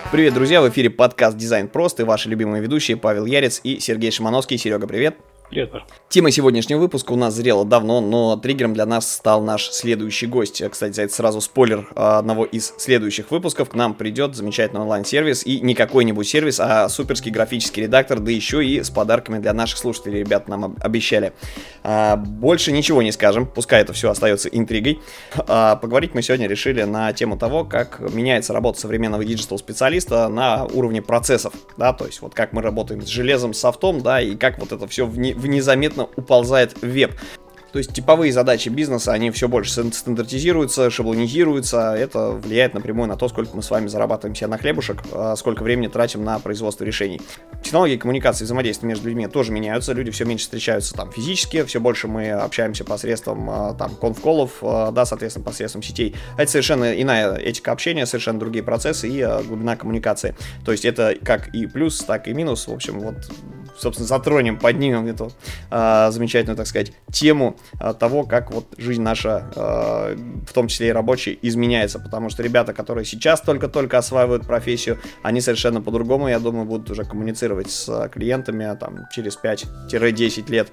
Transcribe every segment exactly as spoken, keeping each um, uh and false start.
Привет, друзья, в эфире подкаст «Дизайн просто» и ваши любимые ведущие Павел Ярец и Сергей Шимановский. Серега, привет. Привет, Паш. Тема сегодняшнего выпуска у нас зрела давно, но триггером для нас стал наш следующий гость. Кстати, это сразу спойлер одного из следующих выпусков. К нам придет замечательный онлайн-сервис, и не какой-нибудь сервис, а суперский графический редактор, да еще и с подарками для наших слушателей. Ребята нам обещали. А, больше ничего не скажем, пускай это все остается интригой. А, поговорить мы сегодня решили на тему того, как меняется работа современного диджитал-специалиста на уровне процессов. Да, то есть вот как мы работаем с железом, с софтом, да, и как вот это все вне незаметно уползает в веб. То есть типовые задачи бизнеса, они все больше стандартизируются, шаблонизируются. Это влияет напрямую на то, сколько мы с вами зарабатываем себе на хлебушек, сколько времени тратим на производство решений. Технологии коммуникации, взаимодействия между людьми тоже меняются. Люди все меньше встречаются там физически, все больше мы общаемся посредством там конф-коллов, да, соответственно, посредством сетей. Это совершенно иная этика общения, совершенно другие процессы и глубина коммуникации. То есть это как и плюс, так и минус. В общем, вот, собственно, затронем, поднимем эту а, замечательную, так сказать, тему того, как вот жизнь наша, э, в том числе и рабочая, изменяется, потому что ребята, которые сейчас только-только осваивают профессию, они совершенно по-другому, я думаю, будут уже коммуницировать с клиентами там, через пять-десять лет.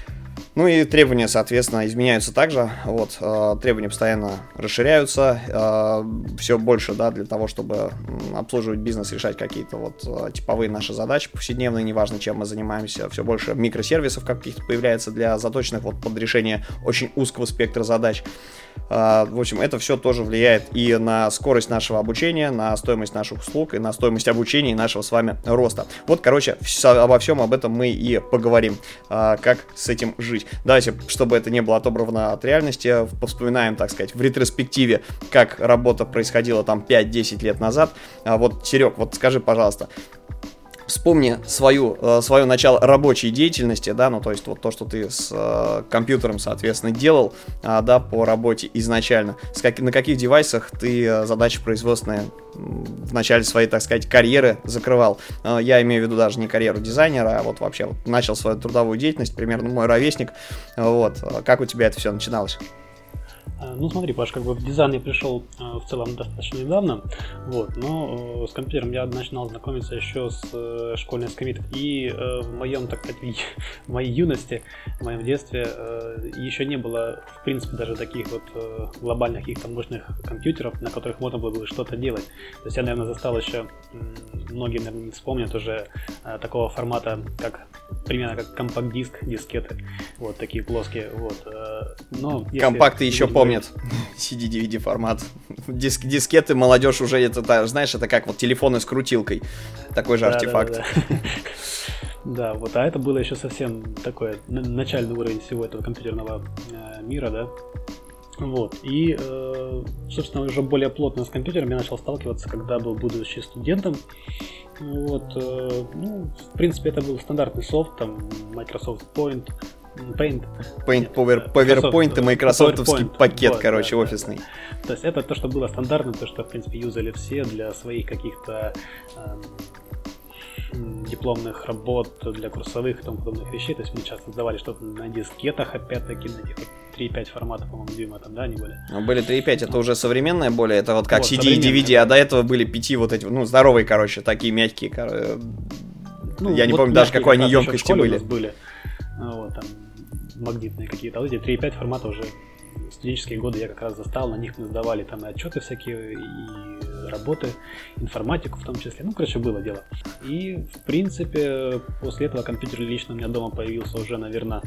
Ну и требования, соответственно, изменяются также. Вот, э, требования постоянно расширяются. Э, все больше, да, для того, чтобы обслуживать бизнес, решать какие-то вот э, типовые наши задачи повседневные, неважно, чем мы занимаемся. Все больше микросервисов каких-то появляется для заточенных вот под решение очень узкого спектра задач. Э, в общем, это все тоже влияет и на скорость нашего обучения, на стоимость наших услуг, и на стоимость обучения и нашего с вами роста. Вот, короче, все, обо всем об этом мы и поговорим. Э, как с этим жить. Давайте, чтобы это не было отобрано от реальности, вспоминаем, так сказать, в ретроспективе, как работа происходила там пять-десять лет назад. А вот, Серег, вот скажи, пожалуйста, вспомни свою, свое начало рабочей деятельности, да, ну, то есть вот то, что ты с э, компьютером, соответственно, делал, а, да, по работе изначально. С как, на каких девайсах ты задачи производственные в начале своей, так сказать, карьеры закрывал? Э, я имею в виду даже не карьеру дизайнера, а вот вообще вот начал свою трудовую деятельность, примерно мой ровесник. Вот, как у тебя это все начиналось? Ну смотри, Паш, как бы в дизайн я пришел э, в целом достаточно недавно, вот, но э, с компьютером я начинал знакомиться еще с э, школьной скамейки. И э, в моем, так сказать, в моей юности, в моем детстве э, еще не было, в принципе, даже таких вот э, глобальных каких-то мощных компьютеров, на которых можно было бы что-то делать. То есть я, наверное, застал еще, э, многие, наверное, не вспомнят уже э, такого формата, как примерно как компакт-диск, дискеты, вот такие плоские, вот. Э, но компакты еще помнят. си ди-ди ви ди формат. Диск, дискеты, молодежь уже, это, знаешь, это как вот телефоны с крутилкой. Такой же да, артефакт. Да, да, да. Да, вот, а это было еще совсем такой начальный уровень всего этого компьютерного э, мира, да. Вот, и, э, собственно, уже более плотно с компьютером я начал сталкиваться, когда был будучи студентом. Вот, э, ну, в принципе, это был стандартный софт, там, Microsoft Point, Paint. Paint, Power, PowerPoint и майкрософтовский PowerPoint. пакет, вот, короче, да, офисный. Да, да. То есть это то, что было стандартно, то, что, в принципе, юзали все для своих каких-то эм, дипломных работ, для курсовых и тому подобных вещей. То есть мы часто создавали что-то на дискетах, опять-таки, на этих вот три и пять форматов, по-моему, дюйма там, да, они были. Ну, были три и пять, это уже современное более, это вот как вот, си ди и ди ви ди, а до этого были пяти вот эти, ну, здоровые, короче, такие мягкие, ну, я не вот помню даже, какой они емкости были. были. Вот, там, магнитные какие-то, а вот эти три и пять формата уже в студенческие годы я как раз застал, на них мы сдавали там и отчеты всякие, и работы, информатику в том числе, ну, короче, было дело. И, в принципе, после этого компьютер лично у меня дома появился уже, наверное,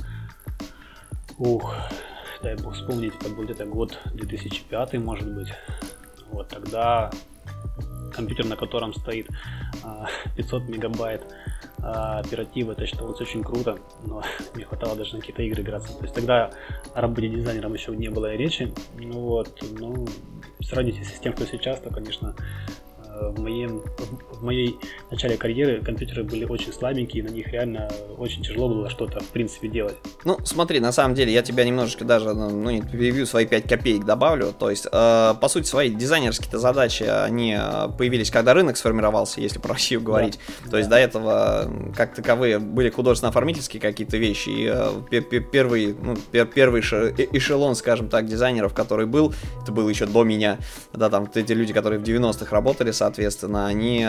ух, дай бог вспомнить, это был где-то год две тысячи пятый, может быть, вот, тогда компьютер, на котором стоит пятьсот мегабайт оперативы, это считалось очень круто, но не хватало даже на какие-то игры играться. То есть тогда о работе дизайнером еще не было и речи. Ну вот, ну, сравните с тем, что сейчас, то, конечно, в, моем, в моей начале карьеры компьютеры были очень слабенькие, и на них реально очень тяжело было что-то в принципе делать. Ну, смотри, на самом деле, я тебя немножечко даже, ну, не перебью, свои пять копеек добавлю. То есть, э, по сути, свои дизайнерские-то задачи, они появились, когда рынок сформировался, если про Россию говорить. Да, То да. есть, до этого, как таковые, были художественно-оформительские какие-то вещи. И э, первый, ну, первый эшелон, скажем так, дизайнеров, который был, это был еще до меня. Да, там эти люди, которые в девяностых работали, соответственно, они,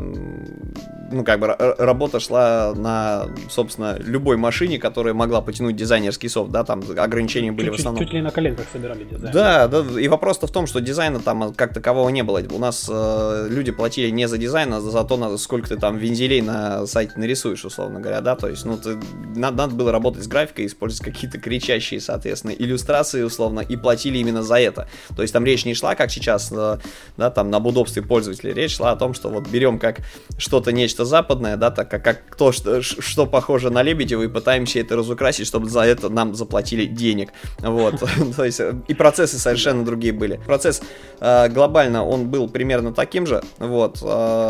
ну, как бы, работа шла на, собственно, любой машине, которая могла потянуть дизайнерский софт, да, там ограничения были чуть, в основном. Чуть ли на коленках собирали дизайн. Да, да, и вопрос-то в том, что дизайна там как такового не было. У нас э, люди платили не за дизайн, а за то, сколько ты там вензелей на сайте нарисуешь, условно говоря, да, то есть, ну, ты, надо, надо было работать с графикой, использовать какие-то кричащие, соответственно, иллюстрации, условно, и платили именно за это. То есть там речь не шла, как сейчас, да, там, об удобстве пользователя, речь шла о том, что вот берем как что-то, нечто западное, да, так как, как то, что, что похоже на Лебедева, и пытаемся это разукрасить, чтобы за это нам заплатили денег, вот, то есть, и процессы совершенно другие были. Процесс глобально, он был примерно таким же, вот,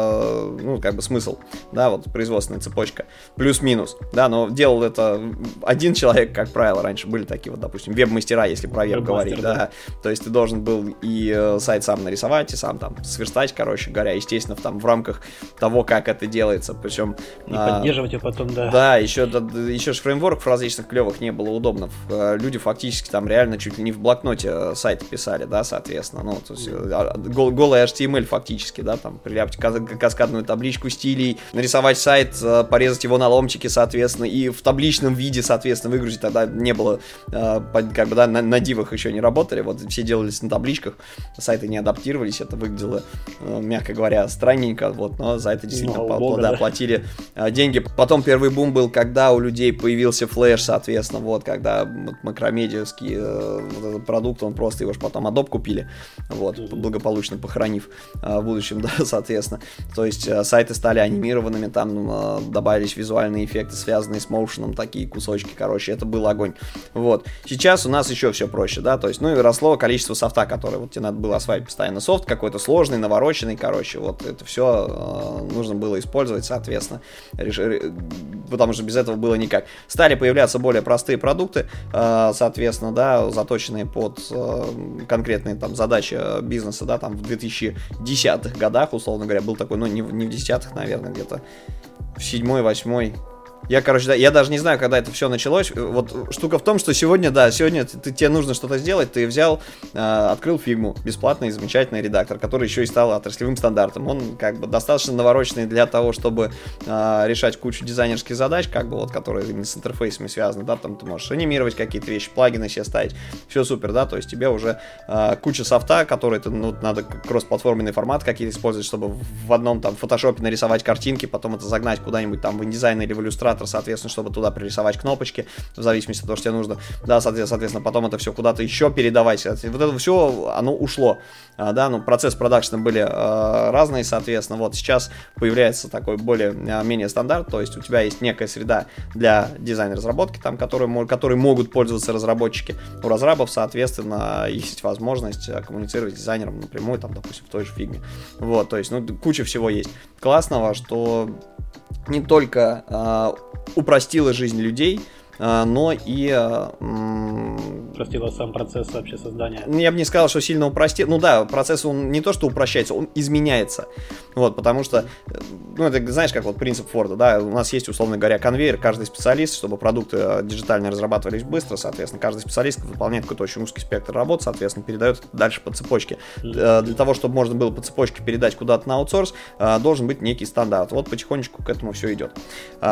ну, как бы смысл, да, вот, производственная цепочка, плюс-минус, да, но делал это один человек, как правило, раньше были такие вот, допустим, веб-мастера, если про веб говорить, да. да, то есть ты должен был и э, сайт сам нарисовать, и сам там сверстать, короче говоря, естественно, в, там, в рамках того, как это делается, причем... И а, поддерживать его потом, да. Да, еще, да, еще же фреймворков различных клевых не было удобно, люди фактически там реально чуть ли не в блокноте сайт писали, да, соответственно, ну, то есть mm. гол, голый эйч ти эм эль фактически, да, там, приляпать каскадную табличку стилей, нарисовать сайт, порезать его на ломчики, соответственно, и в табличном виде, соответственно, выгрузить, тогда не было, как бы, да, на, на дивах еще не работали, вот, все делались на табличках, сайты не адаптировались, это выглядело, мягко говоря, странненько, вот, но за это действительно ну, по, бога, да, да. платили деньги. Потом первый бум был, когда у людей появился флеш, соответственно, вот, когда вот, макромедиевский э, вот этот продукт, он просто его же потом Adobe купили, вот, mm-hmm. благополучно похоронив э, в будущем, да, соответственно. То есть э, сайты стали анимированными, там э, добавились визуальные эффекты, связанные с моушеном, такие кусочки, короче, это был огонь. Вот. Сейчас у нас еще все проще, да, то есть, ну и росло количество софта, которое вот тебе надо было осваивать постоянно. Софт какой-то сложный, навороченный, короче, вот это все э, нужно было использовать, соответственно, реш... потому что без этого было никак. Стали появляться более простые продукты, э, соответственно, да, заточенные под э, конкретные там задачи бизнеса, да, там в две тысячи десятых годах, условно говоря, был такой, ну не, не в десятых, наверное, где-то в седьмой, восьмой. Я, короче, да, я даже не знаю, когда это все началось. Вот штука в том, что сегодня, да, сегодня ты, ты, тебе нужно что-то сделать, ты взял, э, открыл Figma, бесплатный, замечательный редактор, который еще и стал отраслевым стандартом. Он как бы достаточно навороченный для того, чтобы э, решать кучу дизайнерских задач, как бы вот, которые именно с интерфейсами связаны, да, там ты можешь анимировать какие-то вещи, плагины себе ставить, все супер, да, то есть тебе уже э, куча софта, который ты, ну, надо кроссплатформенный формат какие-то использовать, чтобы в одном там фотошопе нарисовать картинки, потом это загнать куда-нибудь там в InDesign или в Illustrator, соответственно, чтобы туда пририсовать кнопочки, в зависимости от того, что тебе нужно, да, соответственно, потом это все куда-то еще передавать, вот это все, оно ушло, да, ну, процесс продакшена были э, разные, соответственно, вот сейчас появляется такой более-менее стандарт, то есть у тебя есть некая среда для дизайн-разработки, там, которые, которые могут пользоваться разработчики, у разрабов, соответственно, есть возможность коммуницировать с дизайнером напрямую, там, допустим, в той же Figma, вот, то есть, ну, куча всего есть классного, что не только э, упростило жизнь людей, э, но и... Э, упростило сам процесс вообще создания. Я бы не сказал, что сильно упростил. Ну да, процесс, он не то, что упрощается, он изменяется. Вот, потому что, ну, это, знаешь, как вот принцип Форда, да, у нас есть, условно говоря, конвейер, каждый специалист, чтобы продукты диджитально разрабатывались быстро, соответственно, каждый специалист выполняет какой-то очень узкий спектр работ, соответственно, передает дальше по цепочке. Mm-hmm. Для того, чтобы можно было по цепочке передать куда-то на аутсорс, должен быть некий стандарт. Вот потихонечку к этому все идет.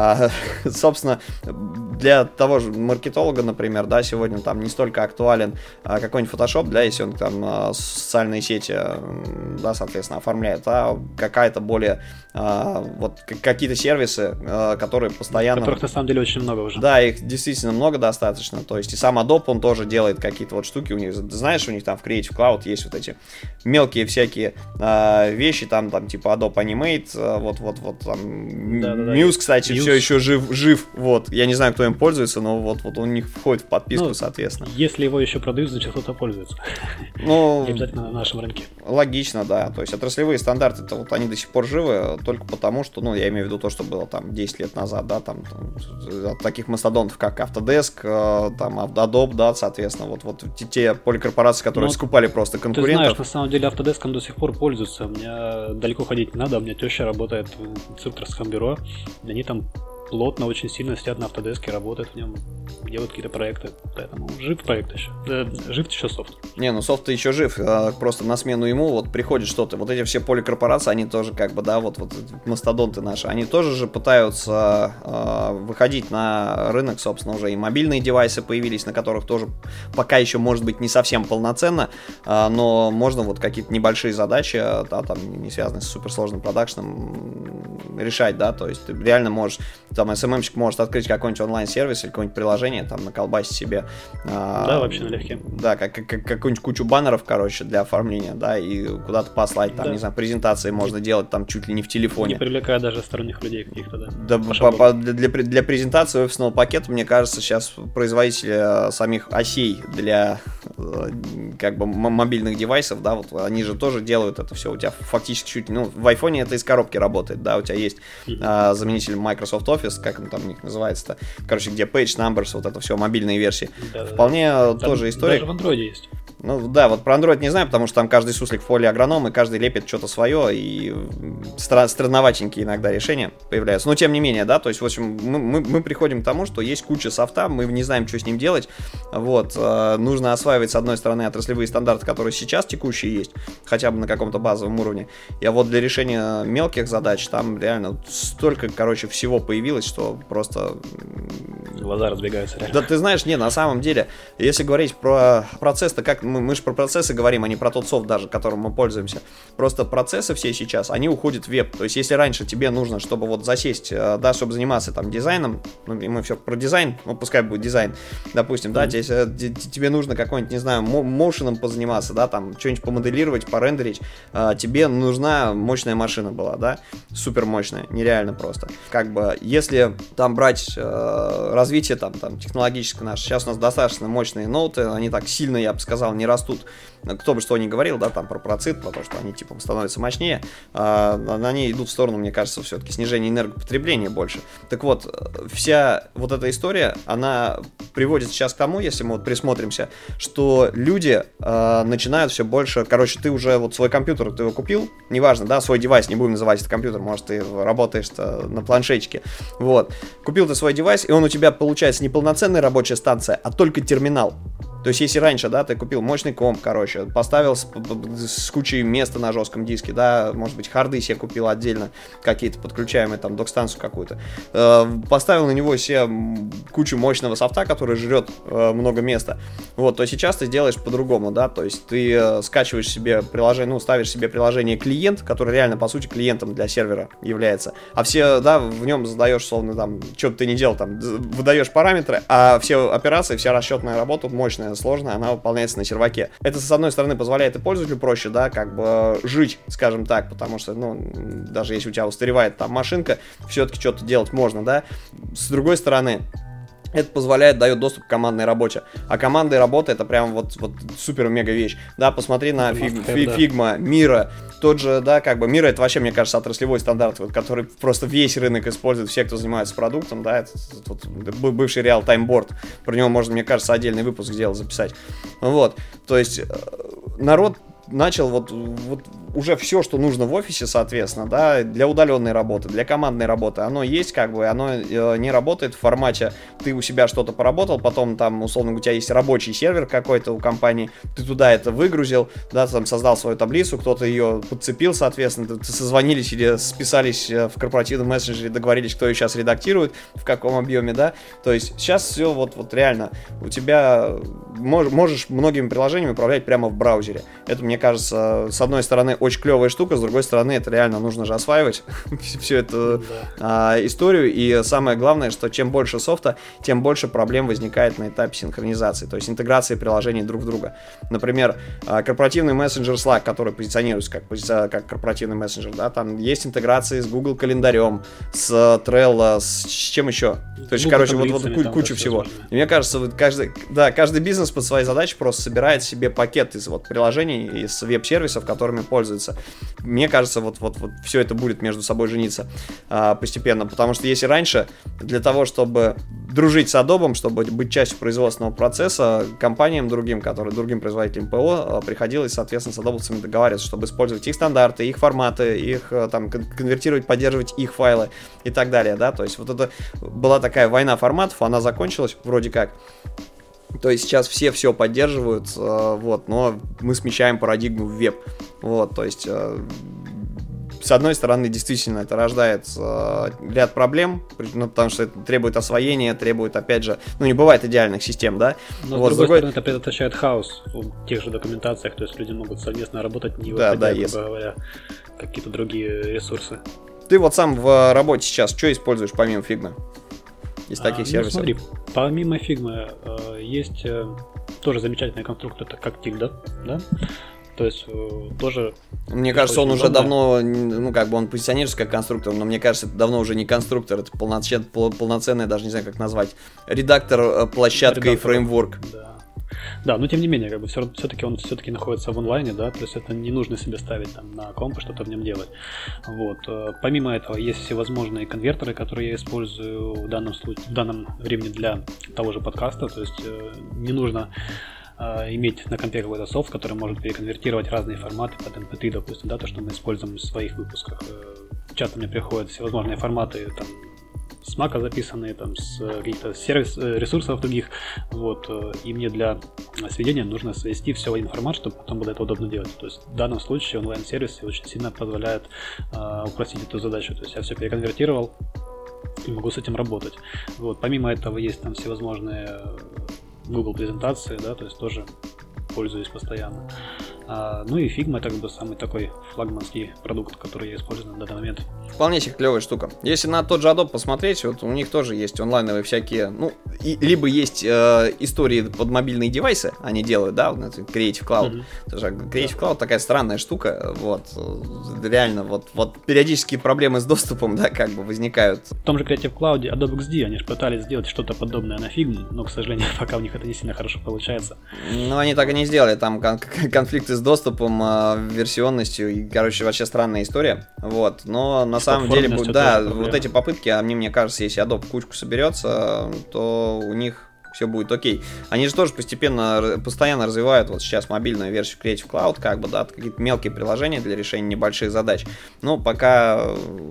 Собственно, для того же маркетолога, например, да, сегодня там не столько актуален а, какой-нибудь Photoshop, да, если он там а, социальные сети, да, соответственно, оформляет, а какая-то более, а, вот какие-то сервисы, а, которые постоянно... Которых на самом деле очень много уже. Да, их действительно много достаточно, то есть и сам Adobe, он тоже делает какие-то вот штуки, у них, знаешь, у них там в Creative Cloud есть вот эти мелкие всякие а, вещи, там, там типа Adobe Animate, а, вот-вот-вот, там, да, да, Muse, да, кстати, Muse. Все еще жив, жив, вот, я не знаю, кто им пользуется, но вот, вот он у них входит в подписку, ну, соответственно. Если его еще продают, значит кто-то пользуется. Ну, не обязательно на нашем рынке. Логично, да. То есть отраслевые стандарты, это вот они до сих пор живы, только потому, что, ну, я имею в виду то, что было там десять лет назад, да, там, там от таких мастодонтов, как Autodesk, там, Adobe, да, соответственно, вот, вот те поликорпорации, которые ну, скупали просто конкурентов. Ты знаешь, на самом деле Autodesk до сих пор пользуются. У меня далеко ходить не надо, у меня теща работает в инструкторском бюро, они там плотно, очень сильно сидят на Autodesk, работают в нем, делают какие-то проекты. Поэтому жив проект еще. Э, жив еще софт. Не, ну софт еще жив, а просто на смену ему вот приходит что-то. Вот эти все поликорпорации, они тоже как бы, да, вот, вот мастодонты наши, они тоже же пытаются э, выходить на рынок, собственно, уже и мобильные девайсы появились, на которых тоже пока еще может быть не совсем полноценно, э, но можно вот какие-то небольшие задачи, да, там не связанные с суперсложным продакшеном, решать, да, то есть ты реально можешь, там эс эм эм-щик может открыть какой-нибудь онлайн-сервис или какое-нибудь приложение, там наколбасить себе. Да, э, вообще налегке. Да, как, как, какую-нибудь кучу баннеров, короче, для оформления, да, и куда-то послать, там, да. Не знаю, презентации можно делать там чуть ли не в телефоне. Не привлекая даже сторонних людей каких-то, да. Да, по, по, для, для презентации офисного пакета, мне кажется, сейчас производители самих осей для как бы мобильных девайсов, да, вот они же тоже делают это все, у тебя фактически чуть, ну, в айфоне это из коробки работает, да, у тебя есть mm-hmm. а, заменитель Microsoft Office, как он там у них называется-то, короче, где Page Numbers, вот это все, мобильные версии. Да, вполне да. Тоже там история. Даже в Android есть. Ну да, вот про Android не знаю, потому что там каждый суслик в поле агроном, и каждый лепит что-то свое, и стра- странноватенькие иногда решения появляются. Но тем не менее, да, то есть, в общем, мы, мы, мы приходим к тому, что есть куча софта, мы не знаем, что с ним делать. Вот, э, нужно осваивать, с одной стороны, отраслевые стандарты, которые сейчас текущие есть, хотя бы на каком-то базовом уровне. И вот для решения мелких задач там реально столько, короче, всего появилось, что просто... Глаза разбегаются реально. Да ты знаешь, не, на самом деле, если говорить про процесс-то, как мы, мы же про процессы говорим, а не про тот софт даже, которым мы пользуемся. Просто процессы все сейчас, они уходят в веб. То есть, если раньше тебе нужно, чтобы вот засесть, да, чтобы заниматься там дизайном, ну, и мы все про дизайн, ну, пускай будет дизайн, допустим, mm-hmm. да, если тебе нужно какой-нибудь, не знаю, моушеном позаниматься, да, там, что-нибудь помоделировать, порендерить, тебе нужна мощная машина была, да, супер мощная, нереально просто. Как бы, если там брать э, развитие там, там технологическое наше, сейчас у нас достаточно мощные ноуты, они так сильно, я бы сказал, не растут. Кто бы что ни говорил, да, там про процит, про то, что они типа становятся мощнее, а, они идут в сторону, мне кажется, все-таки снижения энергопотребления больше. Так вот, вся вот эта история, она приводит сейчас к тому, если мы вот присмотримся, что люди а, начинают все больше, короче, ты уже вот свой компьютер, ты его купил, неважно, да, свой девайс, не будем называть это компьютер, может, ты работаешь на планшетчике, вот, купил ты свой девайс, и он у тебя получается не полноценная рабочая станция, а только терминал. То есть, если раньше, да, ты купил мощный комп, короче, поставил с, с кучей места на жестком диске, да, может быть, харды себе купил отдельно, какие-то подключаемые, там, док-станцию какую-то, э, поставил на него себе кучу мощного софта, который жрет э, много места, вот, то сейчас ты делаешь по-другому, да, то есть, ты э, скачиваешь себе приложение, ну, ставишь себе приложение клиент, который реально, по сути, клиентом для сервера является, а все, да, в нем задаешь, словно, там, что бы ты ни делал, там, выдаешь параметры, а все операции, вся расчетная работа мощная, сложная, она выполняется на серваке. Это, с одной стороны, позволяет и пользователю проще, да, как бы жить, скажем так, потому что, ну, даже если у тебя устаревает там машинка, все-таки что-то делать можно, да. С другой стороны, это позволяет, дает доступ к командной работе. А командная работа — это прям вот, вот супер-мега вещь. Да, посмотри на фиг, фиг, Figma, Miro. Тот же, да, как бы Miro — это вообще, мне кажется, отраслевой стандарт, вот, который просто весь рынок использует, все, кто занимается продуктом, да, это, это, это бывший Real-Time Board. Про него можно, мне кажется, отдельный выпуск сделать, записать. Вот, то есть народ начал вот, вот уже все, что нужно в офисе, соответственно, да, для удаленной работы, для командной работы, оно есть, как бы, оно э, не работает в формате, ты у себя что-то поработал, потом там, условно, у тебя есть рабочий сервер какой-то у компании, ты туда это выгрузил, да, там создал свою таблицу, кто-то ее подцепил, соответственно, ты созвонились или списались в корпоративном мессенджере, договорились, кто ее сейчас редактирует, в каком объеме, да, то есть сейчас все вот, вот реально, у тебя мож, можешь многими приложениями управлять прямо в браузере, это, мне кажется, с одной стороны, очень клевая штука, с другой стороны, это реально нужно же осваивать всю эту да. а, историю, и самое главное, что чем больше софта, тем больше проблем возникает на этапе синхронизации, то есть интеграции приложений друг в друга. Например, корпоративный мессенджер Slack, который позиционируется как, как корпоративный мессенджер, да, там есть интеграции с Google календарем, с Trello, с, с чем еще? То есть, короче, вот, вот ку- кучу всего. И мне кажется, вот каждый, да, каждый бизнес под своей задачей просто собирает себе пакет из вот приложений, из веб-сервисов, которыми пользуется. Мне кажется, вот, вот, вот все это будет между собой жениться а, постепенно, потому что если раньше для того, чтобы дружить с Adobe, чтобы быть частью производственного процесса, компаниям другим, которые, другим производителям ПО, приходилось, соответственно, с адобовцами договариваться, чтобы использовать их стандарты, их форматы, их там конвертировать, поддерживать их файлы и так далее, да, то есть вот это была такая война форматов, она закончилась вроде как. То есть сейчас все все поддерживают, вот, но мы смещаем парадигму в веб, вот, то есть с одной стороны, действительно, это рождает э, ряд проблем, ну, потому что это требует освоения, требует, опять же, ну, не бывает идеальных систем, да? Но, вот, с другой, с другой стороны, это предотвращает хаос в тех же документациях, то есть люди могут совместно работать, не да, выходя, да, грубо если... говоря, какие-то другие ресурсы. Ты вот сам в работе сейчас что используешь помимо Figma? Из а, таких ну, сервисов? Смотри, помимо Figma э, есть э, тоже замечательный конструктор, это как Tilda, да? То есть э, тоже... Мне кажется, он уже удобно. давно, ну, как бы он позиционируется как конструктор, но мне кажется, это давно уже не конструктор, это полноцен, полноценный, даже не знаю, как назвать, редактор, площадка редактор, и фреймворк. Да. Да, но тем не менее, как бы все, все-таки он все-таки находится в онлайне, да, то есть это не нужно себе ставить там на комп и что-то в нем делать. Вот. Помимо этого, есть всевозможные конвертеры, которые я использую в данном случае, в данном времени для того же подкаста, то есть не нужно иметь на компе какой-то софт, который может переконвертировать разные форматы под эм пи три, допустим, да, то, что мы используем в своих выпусках. Часто мне приходят всевозможные форматы, там, с Mac записанные, там, с каких-то сервис, ресурсов других, вот, и мне для сведения нужно свести все в один формат, чтобы потом было это удобно делать. То есть в данном случае онлайн-сервисы очень сильно позволяют э, упростить эту задачу. То есть я все переконвертировал и могу с этим работать. Вот. Помимо этого есть там всевозможные Google презентации, да, то есть тоже пользуюсь постоянно. А, ну и Figma это как бы самый такой флагманский продукт, который я использую на данный момент. Вполне себе клевая штука. Если на тот же Adobe посмотреть, вот у них тоже есть онлайновые всякие, ну, и, либо есть э, истории под мобильные девайсы, они делают, да, вот Creative Cloud. Mm-hmm. Это же Creative Cloud такая странная штука, вот, реально, вот, вот периодические проблемы с доступом, да, как бы возникают. В том же Creative Cloud Adobe икс ди, они же пытались сделать что-то подобное на Figma, но, к сожалению, пока у них это не сильно хорошо получается. Ну, они так и не сделали, там кон- конфликты с доступом, э, версионностью, и, короче, вообще странная история, вот, но на самом деле, да, вот эти попытки, они, мне кажется, если Adobe в кучку соберется, то у них все будет окей. Они же тоже постепенно, постоянно развивают вот сейчас мобильную версию Creative Cloud, как бы, да, какие-то мелкие приложения для решения небольших задач. Но пока,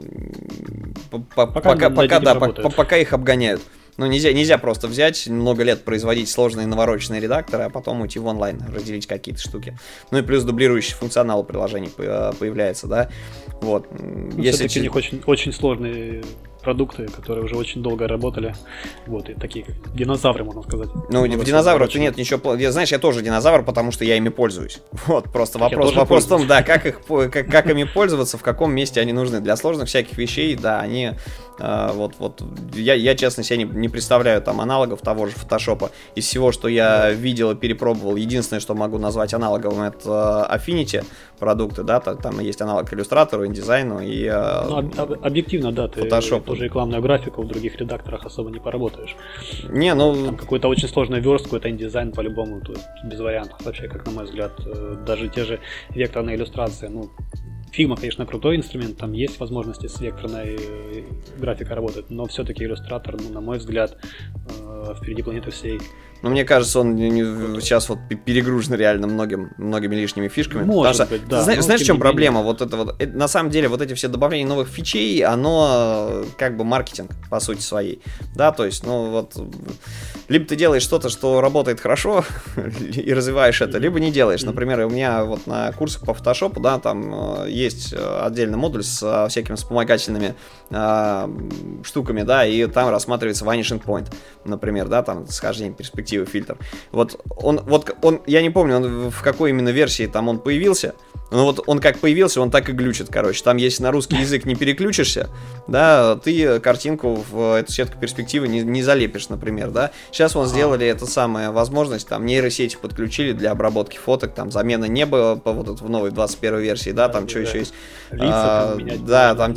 пока, пока, пока, да, пока, пока их обгоняют. Ну, нельзя, нельзя просто взять, много лет производить сложные навороченные редакторы, а потом уйти в онлайн, разделить какие-то штуки. Ну и плюс дублирующий функционал приложений появляется, да. Вот. Ну, если все-таки у них очень, очень сложные продукты, которые уже очень долго работали. Вот, и такие как динозавры, можно сказать. Ну, в динозаврах нет ничего. Я, знаешь, я тоже динозавр, потому что я ими пользуюсь. Вот, просто так вопрос, вопрос в том, да, как их, как, как ими пользоваться, в каком месте они нужны. Для сложных всяких вещей, да, они э, вот, вот, я, я, честно, себе не, не представляю там аналогов того же фотошопа. Из всего, что я видел и перепробовал, единственное, что могу назвать аналоговым, это Affinity продукты, да, там есть аналог иллюстратору, индизайну и э, ну, об, объективно, да, ты Photoshop. Тоже рекламную графику в других редакторах особо не поработаешь. Не, ну... Там какую-то очень сложную верстку, это индизайн по-любому, то есть без вариантов вообще, как на мой взгляд. Даже те же векторные иллюстрации, ну, Figma, конечно, крутой инструмент, там есть возможности с векторной графикой работать, но все-таки иллюстратор, ну, на мой взгляд, впереди планеты всей. Ну, мне кажется, он сейчас вот перегружен реально многим, многими лишними фишками. Может потому быть, что, да. Знаешь, знаешь, в чем менее. проблема? Вот это вот, это, на самом деле, вот эти все добавления новых фичей, оно как бы маркетинг, по сути своей. Да, то есть, ну вот, либо ты делаешь что-то, что работает хорошо, и развиваешь это, либо не делаешь. Например, у меня вот на курсах по фотошопу, да, там есть отдельный модуль с всякими вспомогательными а, штуками, да, и там рассматривается vanishing point, например, да, там схождение перспективы, фильтр. Вот он, вот он, я не помню, он в какой именно версии там он появился, но вот он как появился, он так и глючит, короче. Там, если на русский язык не переключишься, да, ты картинку в эту сетку перспективы не, не залепишь, например, да. Сейчас вон сделали эту самую возможность, там нейросети подключили для обработки фоток, там замена неба по вот это в новой двадцать первой версии, да, там что еще есть. Лица, да, там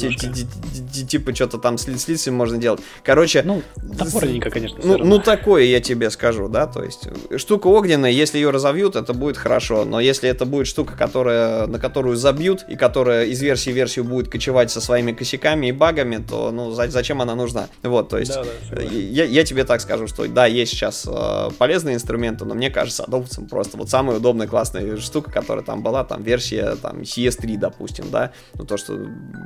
типа что-то там с лицами можно делать. Короче, ну, топорненько, конечно. Ну, ну, такое я тебе скажу, да, то есть штука огненная, если ее разовьют, это будет хорошо, но если это будет штука, которая которая, на которую забьют, и которая из версии в версию будет кочевать со своими косяками и багами, то, ну, за, зачем она нужна? Вот, то есть, да, да, я, я тебе так скажу, что да, есть сейчас э, полезные инструменты, но мне кажется, адобовцам просто вот самая удобная, классная штука, которая там была, там версия там си эс три, допустим, да, ну, то, что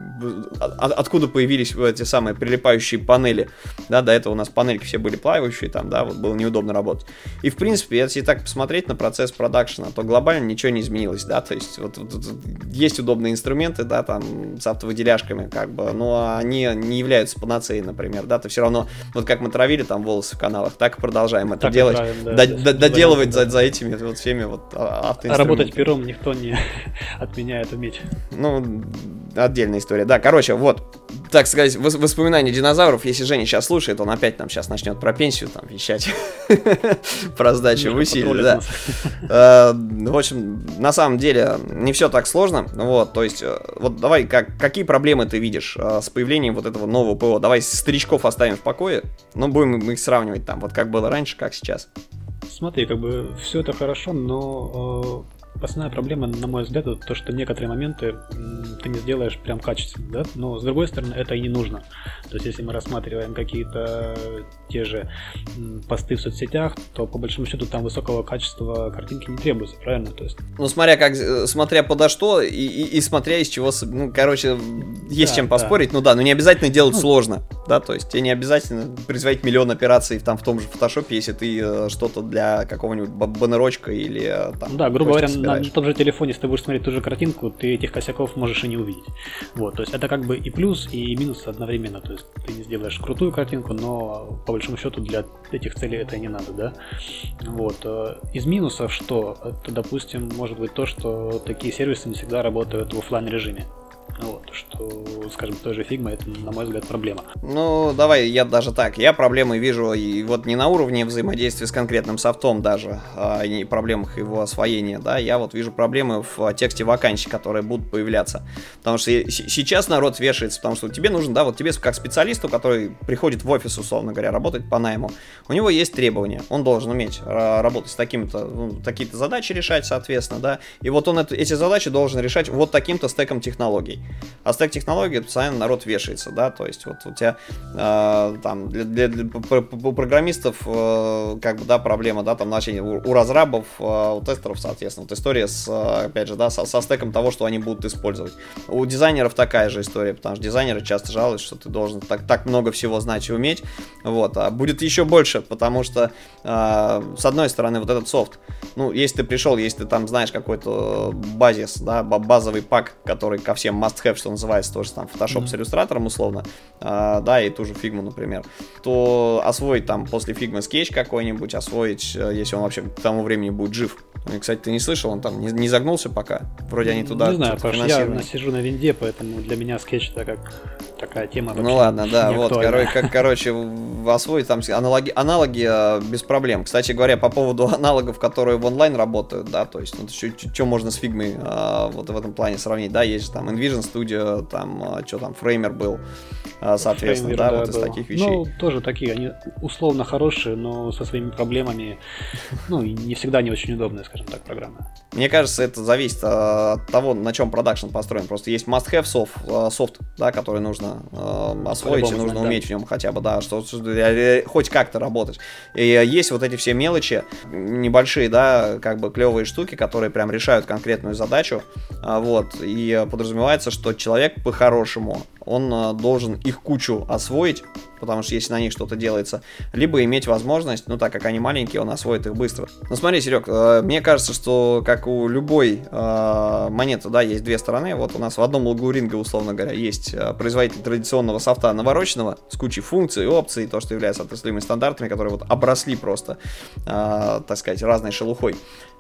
от, откуда появились эти самые прилипающие панели, да, до этого у нас панельки все были плавающие, там, да, вот было неудобно работать. И, в принципе, если так посмотреть на процесс продакшена, то глобально ничего не изменилось, да, то есть вот, вот, вот есть удобные инструменты, да, там, с автовыделяшками, как бы, но они не являются панацеей, например, да, то все равно, вот как мы травили там волосы в каналах, так и продолжаем это так делать, травим, да, до, до, доделывать да. за, за этими вот всеми вот автоинструментами. Работать пером никто не отменяет уметь. Ну, отдельная история, да, короче, вот, так сказать, воспоминания динозавров, если Женя сейчас слушает, он опять там сейчас начнет про пенсию там вещать, про сдачу в усилие, да. В общем, на самом деле, не все так сложно, вот, то есть, вот давай, как, какие проблемы ты видишь с появлением вот этого нового ПО? Давай старичков оставим в покое, но будем их сравнивать там, вот как было раньше, как сейчас. Смотри, как бы все это хорошо, но э, основная проблема, на мой взгляд, это то, что некоторые моменты ты не сделаешь прям качественно, да? Но с другой стороны, это и не нужно. То есть, если мы рассматриваем какие-то те же посты в соцсетях, то по большому счету там высокого качества картинки не требуется, правильно? То есть... Ну, смотря как, смотря подо что и, и, и смотря из чего, ну, короче, есть да, чем поспорить, да. Ну да, но не обязательно делать ну, сложно, да, то есть тебе не обязательно производить миллион операций там в том же фотошопе, если ты э, что-то для какого-нибудь баннерочка или э, там... Да, грубо говоря, на, на том же телефоне, если ты будешь смотреть ту же картинку, ты этих косяков можешь и не увидеть. Вот, то есть это как бы и плюс, и минус одновременно, то есть ты не сделаешь крутую картинку, но по большому счету для этих целей это и не надо, да. Вот. Из минусов что? Это, допустим, может быть то, что такие сервисы не всегда работают в офлайн режиме. Вот, что, скажем, той же Figma, это, на мой взгляд, проблема. Ну, давай, я даже так, я проблемы вижу и вот не на уровне взаимодействия с конкретным софтом даже, а не проблемах его освоения, да, я вот вижу проблемы в тексте вакансий, которые будут появляться, потому что сейчас народ вешается, потому что тебе нужно, да, вот тебе как специалисту, который приходит в офис, условно говоря, работать по найму, у него есть требования, он должен уметь работать с такими-то, ну, такие-то задачи решать, соответственно, да, и вот он это, эти задачи должен решать вот таким-то стеком технологий. А стек технологий постоянно народ вешается, да, то есть вот у тебя э, там для, для, для у программистов э, как бы, да, проблема, да, там значение у, у разрабов, э, у тестеров, соответственно, вот история с, опять же, да, со, со стеком того, что они будут использовать. У дизайнеров такая же история, потому что дизайнеры часто жалуются, что ты должен так, так много всего знать и уметь, вот, а будет еще больше, потому что э, с одной стороны вот этот софт, ну, если ты пришел, если ты там знаешь какой-то базис, да, базовый пак, который ко всем must-have, что называется, тоже там Photoshop mm-hmm. с иллюстратором условно, а, да, и ту же Figma, например, то освоить там после Figma Sketch какой-нибудь, освоить, если он вообще к тому времени будет жив. И, кстати, ты не слышал, он там не, не загнулся пока, вроде они туда... Не знаю, потому что я сижу на винде, поэтому для меня Sketch это как такая тема. Ну ладно, да, вот, коро- как, короче, освоить там аналоги, аналоги без проблем. Кстати говоря, по поводу аналогов, которые в онлайн работают, да, то есть, ну, что можно с Figma а, вот в этом плане сравнить, да, есть же там InVision Studio, там, что там, Framer был, а, соответственно, Framer, да, да, вот был. Из таких вещей. Ну, тоже такие, они условно хорошие, но со своими проблемами, ну, и не всегда не очень удобные, скажем так, программы. Мне кажется, это зависит от того, на чем продакшн построен. Просто есть must-have soft, софт, да, который нужно э, освоить, и нужно знать, уметь да. в нем хотя бы, да, что, что хоть как-то работать. И есть вот эти все мелочи, небольшие, да, как бы клевые штуки, которые прям решают конкретную задачу, вот, и подразумевается, что человек по-хорошему, он должен их кучу освоить, потому что если на них что-то делается, либо иметь возможность, ну так как они маленькие, он освоит их быстро. Ну смотри, Серег, мне кажется, что как у любой э, монеты, да, есть две стороны. Вот у нас в одном углу ринга, условно говоря, есть производитель традиционного софта навороченного с кучей функций, опций, то, что является отраслевыми стандартами, которые вот обросли просто, э, так сказать, разной шелухой.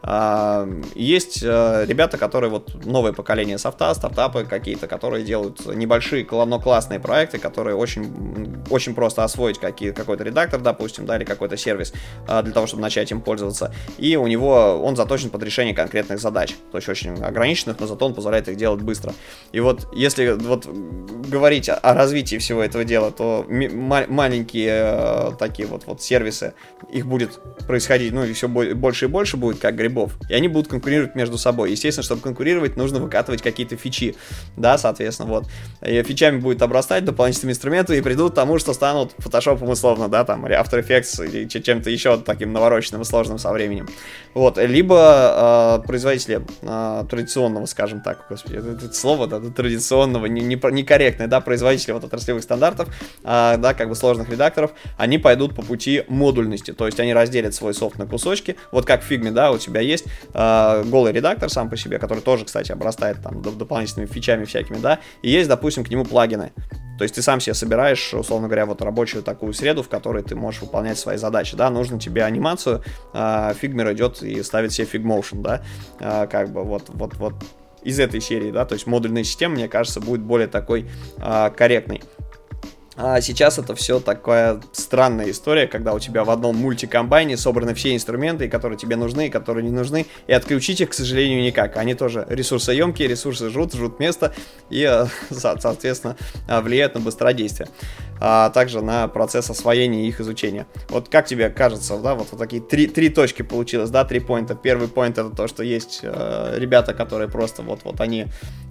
А, есть а, ребята, которые вот новое поколение софта, стартапы какие-то, которые делают небольшие, но классные проекты, которые очень, очень просто освоить какие, какой-то редактор, допустим, да, или какой-то сервис а, для того, чтобы начать им пользоваться. И у него он заточен под решение конкретных задач, то есть очень ограниченных, но зато он позволяет их делать быстро. И вот если вот говорить о, о развитии всего этого дела, то м- маленькие а, такие вот, вот сервисы, их будет происходить, ну и все больше и больше будет, как грибы скрибов. И они будут конкурировать между собой. Естественно, чтобы конкурировать, нужно выкатывать какие-то фичи. Да, соответственно, вот. И фичами будет обрастать дополнительными инструментами и придут к тому, что станут фотошопом условно, да, там, или After Effects, или чем-то еще таким навороченным и сложным со временем. Вот. Либо э, производители э, традиционного, скажем так, господи, это, это слово, да, традиционного, не, не, некорректное, да, производители вот отраслевых стандартов, э, да, как бы сложных редакторов, они пойдут по пути модульности, то есть они разделят свой софт на кусочки, вот как в Figma, да, у тебя есть э, голый редактор сам по себе, который тоже, кстати, обрастает там дополнительными фичами всякими, да, и есть, допустим, к нему плагины. То есть ты сам себе собираешь, условно говоря, вот рабочую такую среду, в которой ты можешь выполнять свои задачи, да, нужно тебе анимацию, а Figma идет и ставит себе Figmotion, да, а, как бы вот, вот, вот из этой серии, да, то есть модульная система, мне кажется, будет более такой а, корректной. А сейчас это все такая странная история, когда у тебя в одном мультикомбайне собраны все инструменты, которые тебе нужны, и которые не нужны, и отключить их, к сожалению, никак. Они тоже ресурсоемкие, ресурсы жрут, жрут место, и, соответственно, влияют на быстродействие, а также на процесс освоения и их изучения. Вот как тебе кажется, да, вот, вот такие три, три точки получилось, да, три поинта. Первый поинт — это то, что есть э, ребята, которые просто вот-вот они...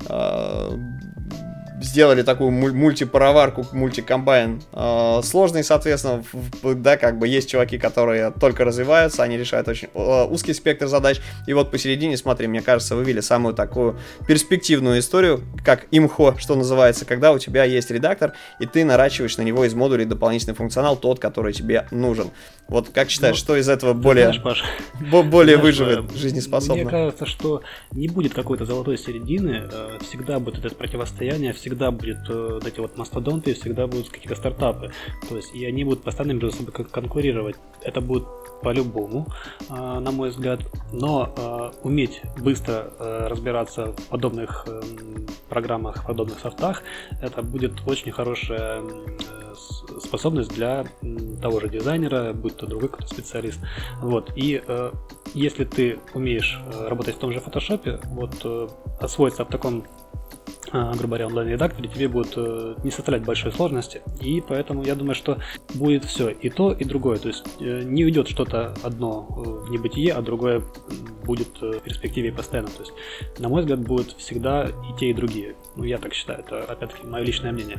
Э, сделали такую мультипароварку, мультикомбайн э, сложный, соответственно, в, да, как бы есть чуваки, которые только развиваются, они решают очень э, узкий спектр задач, и вот посередине, смотри, мне кажется, вывели самую такую перспективную историю, как имхо, что называется, когда у тебя есть редактор, и ты наращиваешь на него из модулей дополнительный функционал, тот, который тебе нужен. Вот как считаешь, ну, что из этого более, знаешь, Паш, более знаешь, выживет, жизнеспособно? Мне кажется, что не будет какой-то золотой середины, всегда будет это противостояние, всегда всегда будет вот эти вот мастодонты, всегда будут какие-то стартапы. То есть, и они будут постоянно между собой конкурировать. Это будет по-любому, на мой взгляд. Но уметь быстро разбираться в подобных программах, в подобных софтах, это будет очень хорошая способность для того же дизайнера, будь то другой какой-то специалист. Вот. И э, если ты умеешь работать в том же фотошопе, вот э, освоиться в таком грубо говоря, онлайн-редакторе, тебе будет э, не составлять большой сложности, и поэтому я думаю, что будет все и то, и другое, то есть э, не уйдет что-то одно в небытие, а другое будет э, в перспективе постоянно, то есть, на мой взгляд, будет всегда и те, и другие, ну, я так считаю, это, опять-таки, мое личное мнение.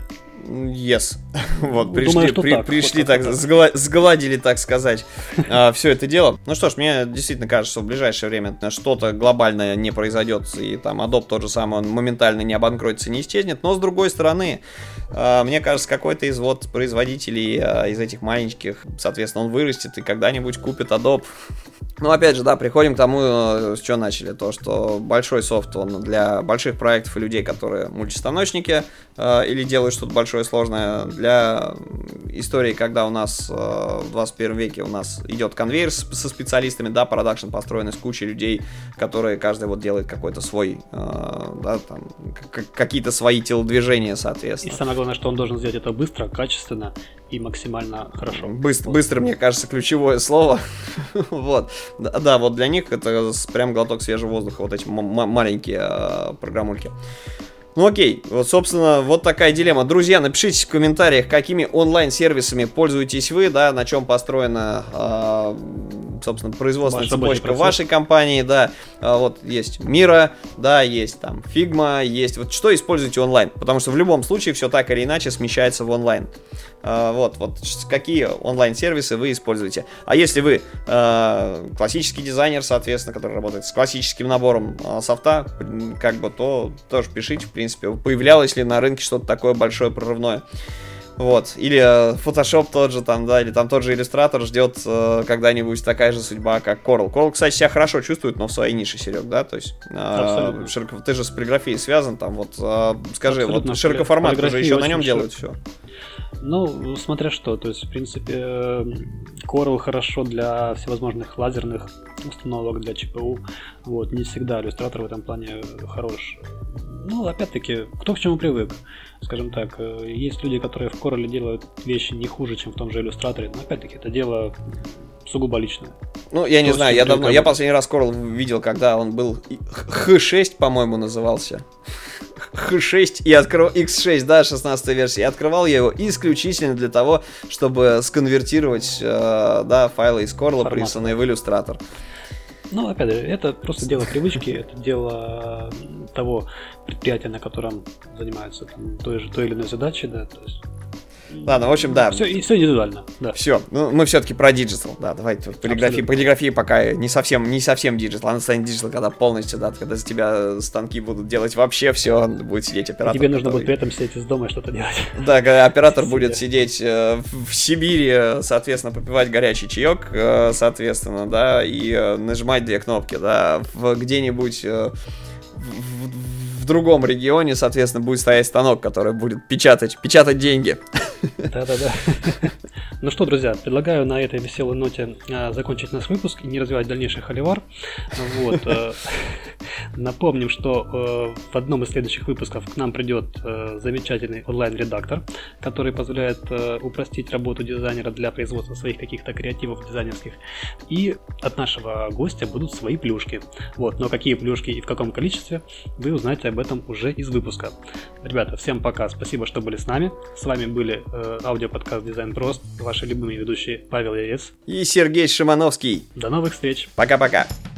Yes. Вот, пришли, Думаю, при, так. пришли вот, так, вот, сгла- сгладили, так сказать, все это дело. Ну что ж, мне действительно кажется, что в ближайшее время что-то глобальное не произойдет, и там Adobe тот же самый, он моментально не обанкротится, не исчезнет, но с другой стороны, мне кажется, какой-то из вот производителей, из этих маленьких, соответственно, он вырастет и когда-нибудь купит Adobe. Ну, опять же, да, приходим к тому, с чего начали, то, что большой софт, он для больших проектов и людей, которые мультистаночники э, или делают что-то большое, сложное, для истории, когда у нас э, в двадцать первом веке у нас идет конвейер с, со специалистами, да, продакшн построенный с кучей людей, которые каждый вот делает какой-то свой, э, да, там, к- какие-то свои телодвижения, соответственно. И самое главное, что он должен сделать это быстро, качественно и максимально хорошо. Быстро, вот. Быстро, мне кажется, ключевое слово. Вот. Да, да, вот для них это прям глоток свежего воздуха, вот эти м- маленькие э, программульки. Ну окей, вот, собственно, вот такая дилемма. Друзья, напишите в комментариях, какими онлайн-сервисами пользуетесь вы, да, на чем построена, э, собственно, производственная цепочка вашей компании, да. Э, вот есть Miro, да, есть там Figma, есть вот что используете онлайн, потому что в любом случае все так или иначе смещается в онлайн. Э, вот, вот какие онлайн-сервисы вы используете. А если вы э, классический дизайнер, соответственно, который работает с классическим набором э, софта, как бы, то тоже пишите, в принципе. В принципе, появлялось ли на рынке что-то такое большое, прорывное. Вот. Или э, Photoshop тот же там, да, или там тот же Illustrator ждет э, когда-нибудь такая же судьба, как Corel. Corel, кстати, себя хорошо чувствует, но в своей нише, Серег, да, то есть э, широко, ты же с полиграфией связан, там, вот, э, скажи, абсолютно. Вот широкоформат уже еще на нем широк. Делают все. Ну, смотря что, то есть, в принципе, Corel хорошо для всевозможных лазерных установок, для ЧПУ, вот, не всегда Illustrator в этом плане хорош. Ну, опять-таки, кто к чему привык, скажем так. Есть люди, которые в Corel делают вещи не хуже, чем в том же Illustrator, но опять-таки это дело сугубо личное. Ну, я не То, знаю, я давно, я последний раз Corel видел, когда он был эйч шесть, по-моему, назывался. эйч шесть и открыл икс шесть, да, шестнадцатая версия. И открывал я его исключительно для того, чтобы сконвертировать, э, да, файлы из Corel, присланные в Illustrator. Ну, опять же, это просто дело привычки, это дело того предприятия, на котором занимаются там, той, же, той или иной задачей, да, то есть... Ладно, в общем, да. Все, и все индивидуально, да. Все, ну, мы все-таки про диджитал, да, давайте полиграфии, полиграфии пока не совсем, не совсем диджитал, она станет диджитал, когда полностью, да, когда за тебя станки будут делать вообще все, будет сидеть оператор. И тебе нужно который... будет при этом сидеть из дома и что-то делать. Да, когда оператор будет сидеть э, в Сибири, соответственно, попивать горячий чаек, э, соответственно, да, и э, нажимать две кнопки, да, в, где-нибудь э, в, в другом регионе, соответственно, будет стоять станок, который будет печатать, печатать деньги. Да-да-да. Ну что, друзья, предлагаю на этой веселой ноте а, закончить наш выпуск и не развивать дальнейший холивар. Вот. Э, напомним, что э, в одном из следующих выпусков к нам придет э, замечательный онлайн-редактор, который позволяет э, упростить работу дизайнера для производства своих каких-то креативов дизайнерских. И от нашего гостя будут свои плюшки. Вот. Но какие плюшки и в каком количестве, вы узнаете об этом уже из выпуска. Ребята, всем пока, спасибо, что были с нами. С вами были э, аудиоподкаст «Дизайн прост», ваши любимые ведущие Павел Яец и Сергей Шимановский. До новых встреч. Пока-пока.